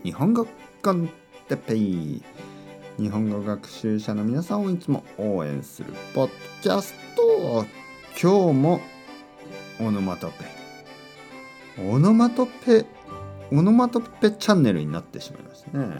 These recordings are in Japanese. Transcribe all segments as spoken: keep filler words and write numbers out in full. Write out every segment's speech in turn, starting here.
日本語コンテペイ。日本語学習者の皆さんをいつも応援するポッドキャスト。今日もオノマトペオノマトペオノマトペチャンネルになってしまいましたね。はいはい、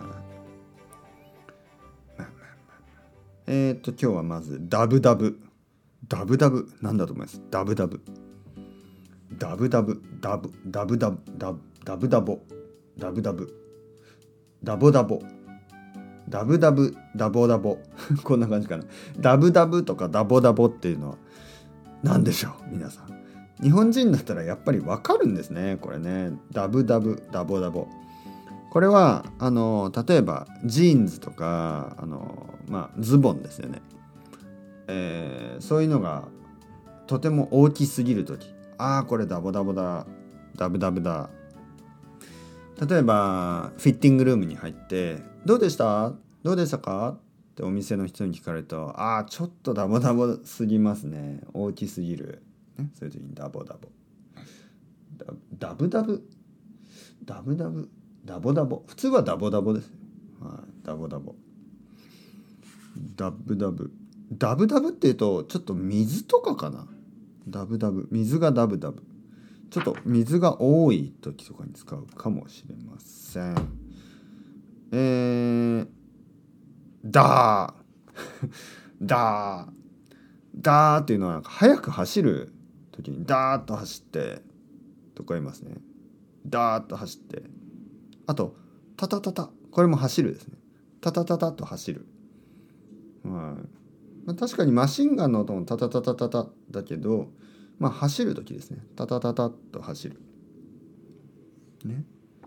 えっと今日はまずダブダブダブダブなんだと思います。ダブダブダブダブダブダブダブダブダブダボダブダブダボダボダブダブダボダボこんな感じかな。ダブダブとかダボダボっていうのは何でしょう皆さん。日本人だったらやっぱりわかるんですねこれね。ダブダブダボダボ、これはあの例えばジーンズとかあの、まあ、ズボンですよね、えー、そういうのがとても大きすぎるとき、ああこれダボダボだダブダブだ。例えばフィッティングルームに入ってどうでしたどうでしたかってお店の人に聞かれると、ああちょっとダボダボすぎますね、大きすぎる、ね、そういう時にダボダボダブダブダブダブダボダボ、普通はダボダボです、はい、ダボダボダブダブダブダブっていうとちょっと水とかかな。ダブダブ水がダブダブ、ちょっと水が多い時とかに使うかもしれません。えー、ダーダーダーっていうのはなんか速く走る時にダーッと走ってとか言いますね。ダーッと走って、あとタタタタ、これも走るですね。タタタタと走る、はい、まあ、確かにマシンガンの音もタタタタタタだけど、まあ走る時ですね。タタタタッと走るね。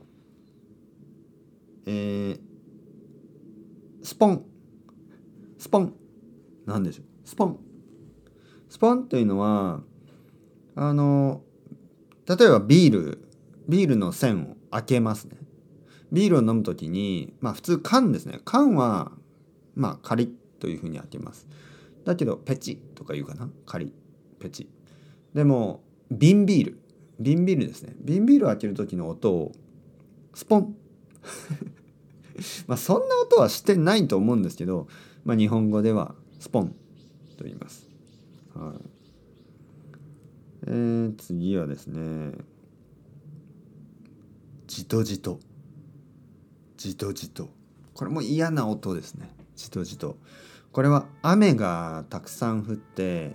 えー、スポンスポンなんでしょう。スポンスポンというのはあの例えばビールビールの栓を開けますね。ビールを飲むときに、まあ普通缶ですね。缶はまあカリッというふうに開けます。だけどペチとか言うかな。カリペチ。でも瓶ビール瓶ビールですね。瓶ビールを開けるときの音をスポンまあそんな音はしてないと思うんですけど、まあ日本語ではスポンと言います。はい。えー、次はですね、じとじとじとじと、これも嫌な音ですね。じとじと、これは雨がたくさん降って、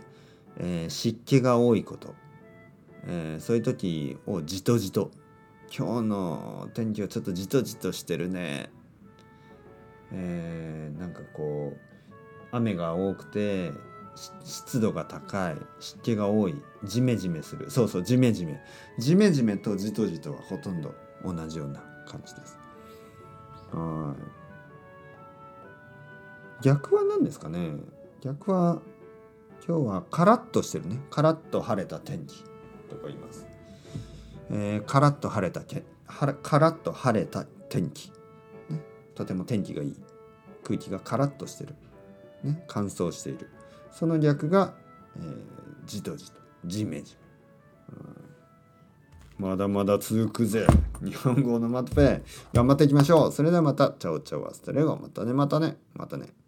えー、湿気が多いこと、えー、そういう時をじとじと、今日の天気はちょっとじとじとしてるね、えー、なんかこう雨が多くて湿度が高い、湿気が多い、ジメジメする、そうそうジメジメジメジメとじとじとはほとんど同じような感じです。はい。逆は何ですかね。逆は今日はカラッとしてるね。カラッと晴れた天気とか言います、えー、カラッと晴れたけカラッと晴れた天気、ね、とても天気がいい、空気がカラッとしてる、ね、乾燥している。その逆が、えー、じとじとジメジメ、うん、まだまだ続くぜ日本語のマトペ、頑張っていきましょう。それではまたチャオチャオアストレゴ、またねまたねまたね。